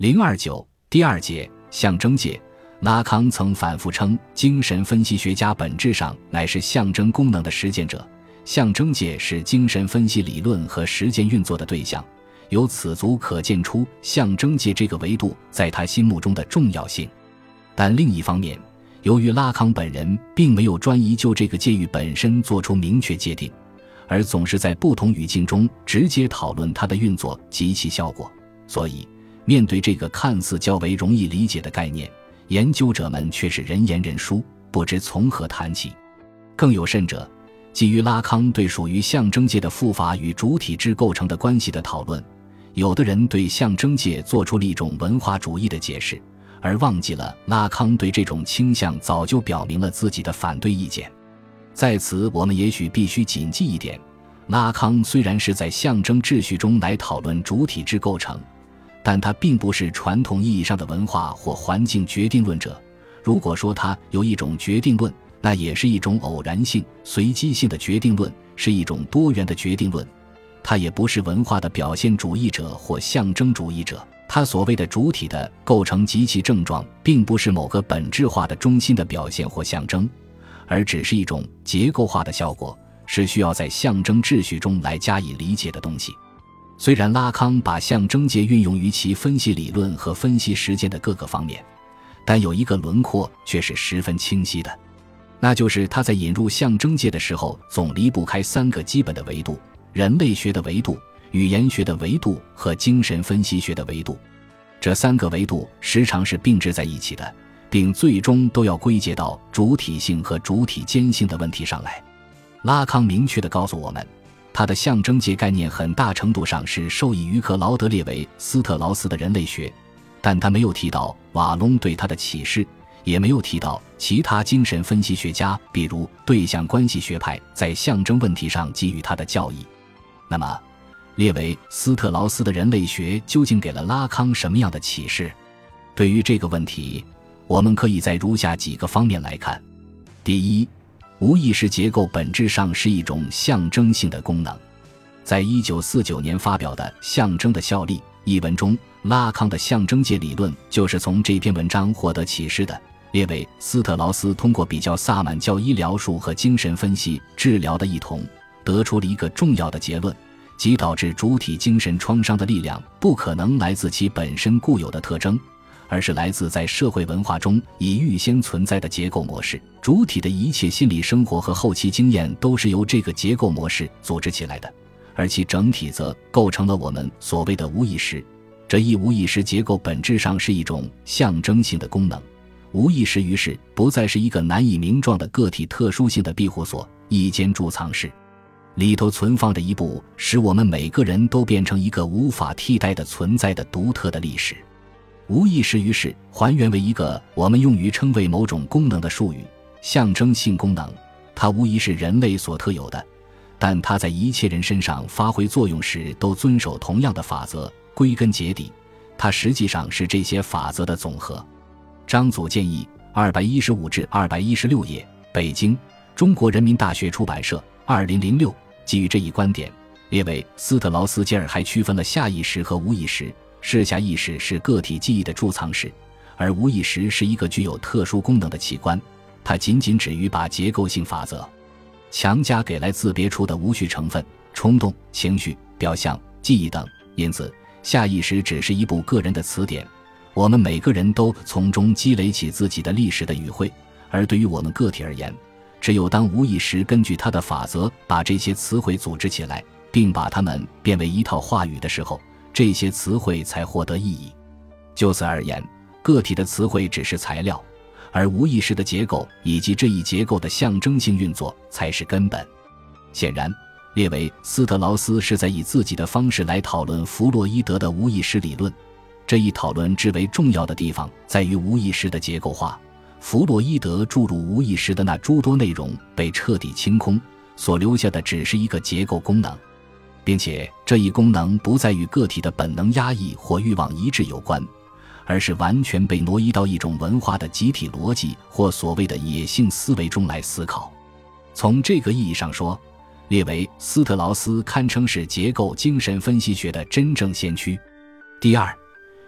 029第二节象征界。拉康曾反复称，精神分析学家本质上乃是象征功能的实践者，象征界是精神分析理论和实践运作的对象，由此足可见出象征界这个维度在他心目中的重要性。但另一方面，由于拉康本人并没有专一就这个界域本身做出明确界定，而总是在不同语境中直接讨论它的运作及其效果，所以面对这个看似较为容易理解的概念，研究者们却是人言人殊，不知从何谈起。更有甚者，基于拉康对属于象征界的复法与主体制构成的关系的讨论，有的人对象征界做出了一种文化主义的解释，而忘记了拉康对这种倾向早就表明了自己的反对意见。在此我们也许必须谨记一点，拉康虽然是在象征秩序中来讨论主体制构成，但他并不是传统意义上的文化或环境决定论者。如果说他有一种决定论，那也是一种偶然性、随机性的决定论，是一种多元的决定论。他也不是文化的表现主义者或象征主义者。他所谓的主体的构成及其症状，并不是某个本质化的中心的表现或象征，而只是一种结构化的效果，是需要在象征秩序中来加以理解的东西。虽然拉康把象征界运用于其分析理论和分析实践的各个方面，但有一个轮廓却是十分清晰的，那就是他在引入象征界的时候总离不开三个基本的维度：人类学的维度、语言学的维度和精神分析学的维度。这三个维度时常是并置在一起的，并最终都要归结到主体性和主体间性的问题上来。拉康明确地告诉我们，他的象征界概念很大程度上是受益于克劳德列维斯特劳斯的人类学，但他没有提到瓦隆对他的启示，也没有提到其他精神分析学家，比如对象关系学派在象征问题上给予他的教义。那么列维斯特劳斯的人类学究竟给了拉康什么样的启示？对于这个问题，我们可以在如下几个方面来看。第一，无意识结构本质上是一种象征性的功能。在1949年发表的《象征的效力》一文中，拉康的象征界理论就是从这篇文章获得启示的。列维斯特劳斯通过比较萨满教医疗术和精神分析治疗的异同，得出了一个重要的结论，即导致主体精神创伤的力量不可能来自其本身固有的特征，而是来自在社会文化中已预先存在的结构模式。主体的一切心理生活和后期经验都是由这个结构模式组织起来的，而其整体则构成了我们所谓的无意识。这一无意识结构本质上是一种象征性的功能。无意识于是不再是一个难以名状的个体特殊性的庇护所、一间贮藏室，里头存放着一部使我们每个人都变成一个无法替代的存在的独特的历史。无意识于是还原为一个我们用于称谓某种功能的术语，象征性功能。它无疑是人类所特有的，但它在一切人身上发挥作用时都遵守同样的法则。归根结底，它实际上是这些法则的总和。张祖建议215至216页，北京中国人民大学出版社2006。基于这一观点，列维斯特劳斯接尔还区分了下意识和无意识。下意识是个体记忆的贮藏室，而无意识是一个具有特殊功能的器官，它仅仅止于把结构性法则强加给来自别处的无序成分、冲动、情绪、表象、记忆等。因此下意识只是一部个人的词典，我们每个人都从中积累起自己的历史的语汇，而对于我们个体而言，只有当无意识根据它的法则把这些词汇组织起来，并把它们变为一套话语的时候，这些词汇才获得意义。就此而言，个体的词汇只是材料，而无意识的结构以及这一结构的象征性运作才是根本。显然，列维斯特劳斯是在以自己的方式来讨论弗洛伊德的无意识理论。这一讨论之为重要的地方在于无意识的结构化。弗洛伊德注入无意识的那诸多内容被彻底清空，所留下的只是一个结构功能，并且这一功能不再与个体的本能压抑或欲望一致有关，而是完全被挪移到一种文化的集体逻辑或所谓的野性思维中来思考。从这个意义上说，列维斯特劳斯堪称是结构精神分析学的真正先驱。第二，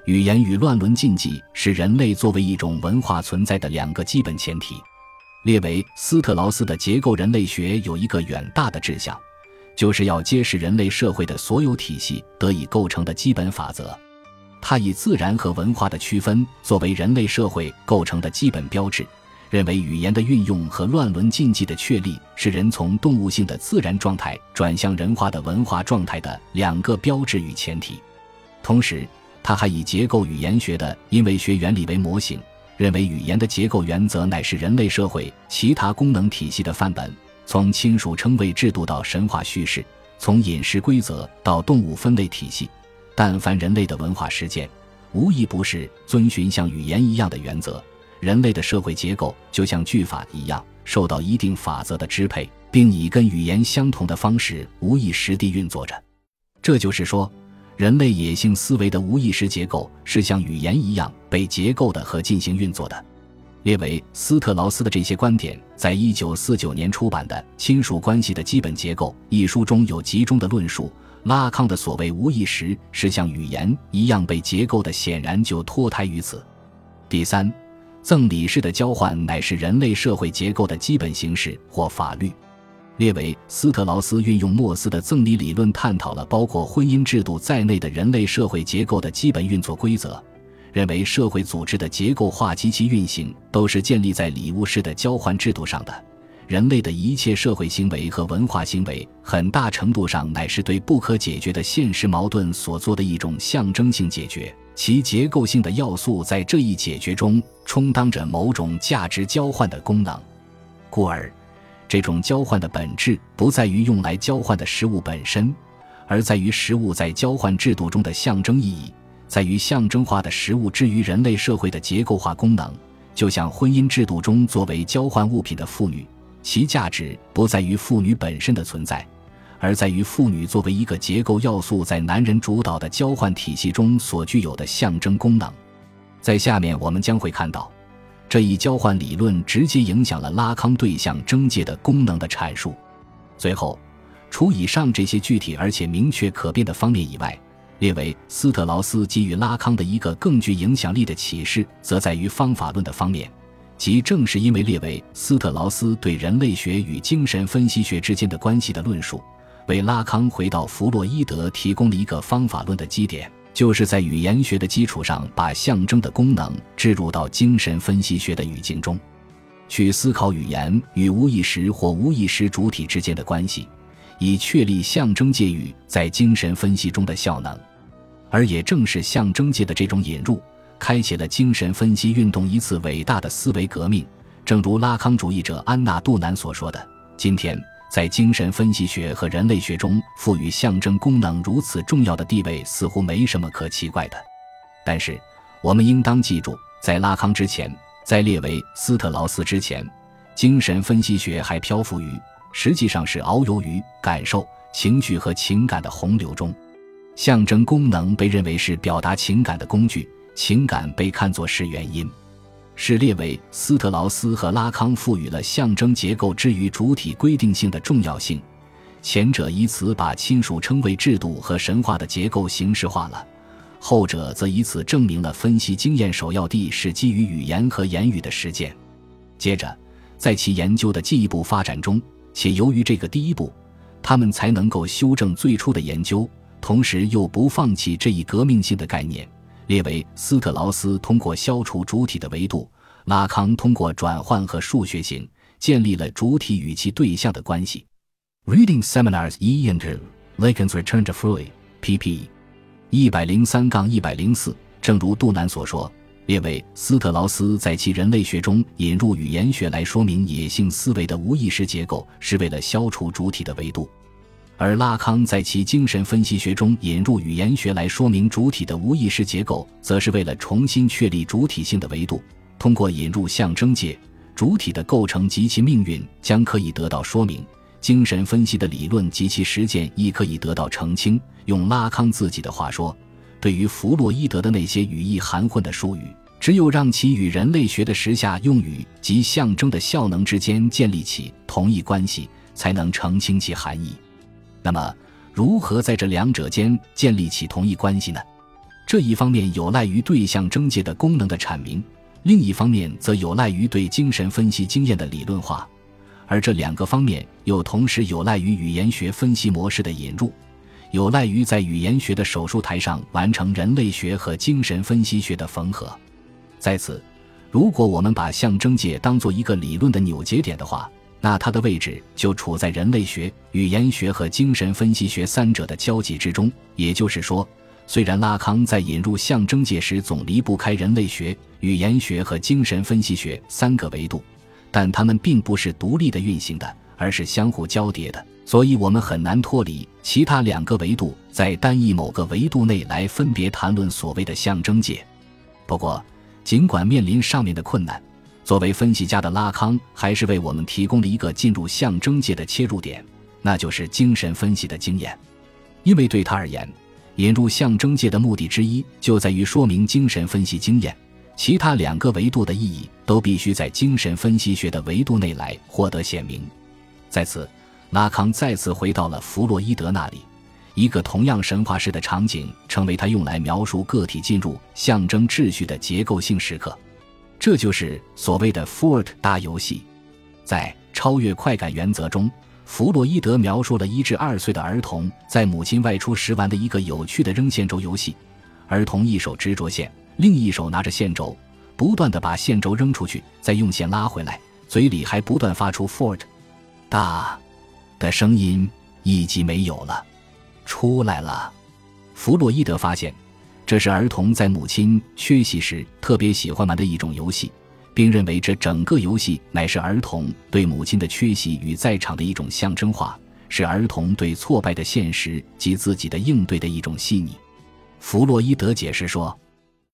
语言与乱伦禁忌是人类作为一种文化存在的两个基本前提。列维斯特劳斯的结构人类学有一个远大的志向，就是要揭示人类社会的所有体系得以构成的基本法则。他以自然和文化的区分作为人类社会构成的基本标志，认为语言的运用和乱伦禁忌的确立是人从动物性的自然状态转向人化的文化状态的两个标志与前提。同时，他还以结构语言学的因为学原理为模型，认为语言的结构原则乃是人类社会其他功能体系的范本，从亲属称谓制度到神话叙事，从饮食规则到动物分类体系，但凡人类的文化实践，无一不是遵循像语言一样的原则。人类的社会结构就像句法一样，受到一定法则的支配，并以跟语言相同的方式无意识地运作着。这就是说，人类野性思维的无意识结构是像语言一样被结构的和进行运作的。列维斯特劳斯的这些观点在1949年出版的《亲属关系的基本结构》一书中有集中的论述。拉康的所谓无意识是像语言一样被结构的，显然就脱胎于此。第三，赠礼式的交换乃是人类社会结构的基本形式或法律。列维斯特劳斯运用莫斯的赠礼理论探讨了包括婚姻制度在内的人类社会结构的基本运作规则，认为社会组织的结构化及其运行都是建立在礼物式的交换制度上的。人类的一切社会行为和文化行为很大程度上乃是对不可解决的现实矛盾所做的一种象征性解决，其结构性的要素在这一解决中充当着某种价值交换的功能。故而这种交换的本质不在于用来交换的实物本身，而在于实物在交换制度中的象征意义，在于象征化的实物之于人类社会的结构化功能。就像婚姻制度中作为交换物品的妇女，其价值不在于妇女本身的存在，而在于妇女作为一个结构要素在男人主导的交换体系中所具有的象征功能。在下面我们将会看到，这一交换理论直接影响了拉康对象征界的功能的阐述。最后，除以上这些具体而且明确可辨的方面以外，列维斯特劳斯给予拉康的一个更具影响力的启示则在于方法论的方面，即正是因为列维斯特劳斯对人类学与精神分析学之间的关系的论述，为拉康回到弗洛伊德提供了一个方法论的基点，就是在语言学的基础上把象征的功能置入到精神分析学的语境中，去思考语言与无意识或无意识主体之间的关系，以确立象征界域在精神分析中的效能。而也正是象征界的这种引入，开启了精神分析运动一次伟大的思维革命。正如拉康主义者安娜·杜南所说的，今天在精神分析学和人类学中赋予象征功能如此重要的地位似乎没什么可奇怪的。但是我们应当记住，在拉康之前，在列维斯特劳斯之前，精神分析学还漂浮于，实际上是遨游于感受、情绪和情感的洪流中。象征功能被认为是表达情感的工具，情感被看作是原因，是列维斯特劳斯和拉康赋予了象征结构之于主体规定性的重要性。前者以此把亲属称谓制度和神话的结构形式化了，后者则以此证明了分析经验首要地是基于语言和言语的实践。接着在其研究的进一步发展中，且由于这个第一步，他们才能够修正最初的研究，同时又不放弃这一革命性的概念。列维斯特劳斯通过消除主体的维度，拉康通过转换和数学型建立了主体与其对象的关系。 Reading Seminars E and II Lacan's Return to Freud pp 103-104。正如杜南所说，列维斯特劳斯在其人类学中引入语言学来说明野性思维的无意识结构，是为了消除主体的维度，而拉康在其精神分析学中引入语言学来说明主体的无意识结构，则是为了重新确立主体性的维度。通过引入象征界，主体的构成及其命运将可以得到说明，精神分析的理论及其实践亦可以得到澄清。用拉康自己的话说，对于弗洛伊德的那些语义含混的术语，只有让其与人类学的时下用语及象征的效能之间建立起同一关系，才能澄清其含义。那么如何在这两者间建立起同一关系呢？ 这一方面有赖于对象征界的功能的阐明，另一方面则有赖于对精神分析经验的理论化，而这两个方面又同时有赖于语言学分析模式的引入，有赖于在语言学的手术台上完成人类学和精神分析学的缝合。在此，如果我们把象征界当作一个理论的扭结点的话，那它的位置就处在人类学、语言学和精神分析学三者的交集之中。也就是说，虽然拉康在引入象征界时总离不开人类学、语言学和精神分析学三个维度，但它们并不是独立的运行的，而是相互交叠的，所以我们很难脱离其他两个维度，在单一某个维度内来分别谈论所谓的象征界。不过，尽管面临上面的困难，作为分析家的拉康还是为我们提供了一个进入象征界的切入点，那就是精神分析的经验。因为对他而言，引入象征界的目的之一就在于说明精神分析经验，其他两个维度的意义都必须在精神分析学的维度内来获得显明。在此，拉康再次回到了弗洛伊德那里，一个同样神话式的场景成为他用来描述个体进入象征秩序的结构性时刻，这就是所谓的 Fort 大游戏。在超越快感原则中，弗洛伊德描述了1至2岁的儿童在母亲外出时玩的一个有趣的扔线轴游戏。儿童一手执着线，另一手拿着线轴，不断地把线轴扔出去，再用线拉回来，嘴里还不断发出 Fort 大的声音，一击没有了，出来了。弗洛伊德发现，这是儿童在母亲缺席时特别喜欢玩的一种游戏，并认为这整个游戏乃是儿童对母亲的缺席与在场的一种象征化，是儿童对挫败的现实及自己的应对的一种细腻。弗洛伊德解释说，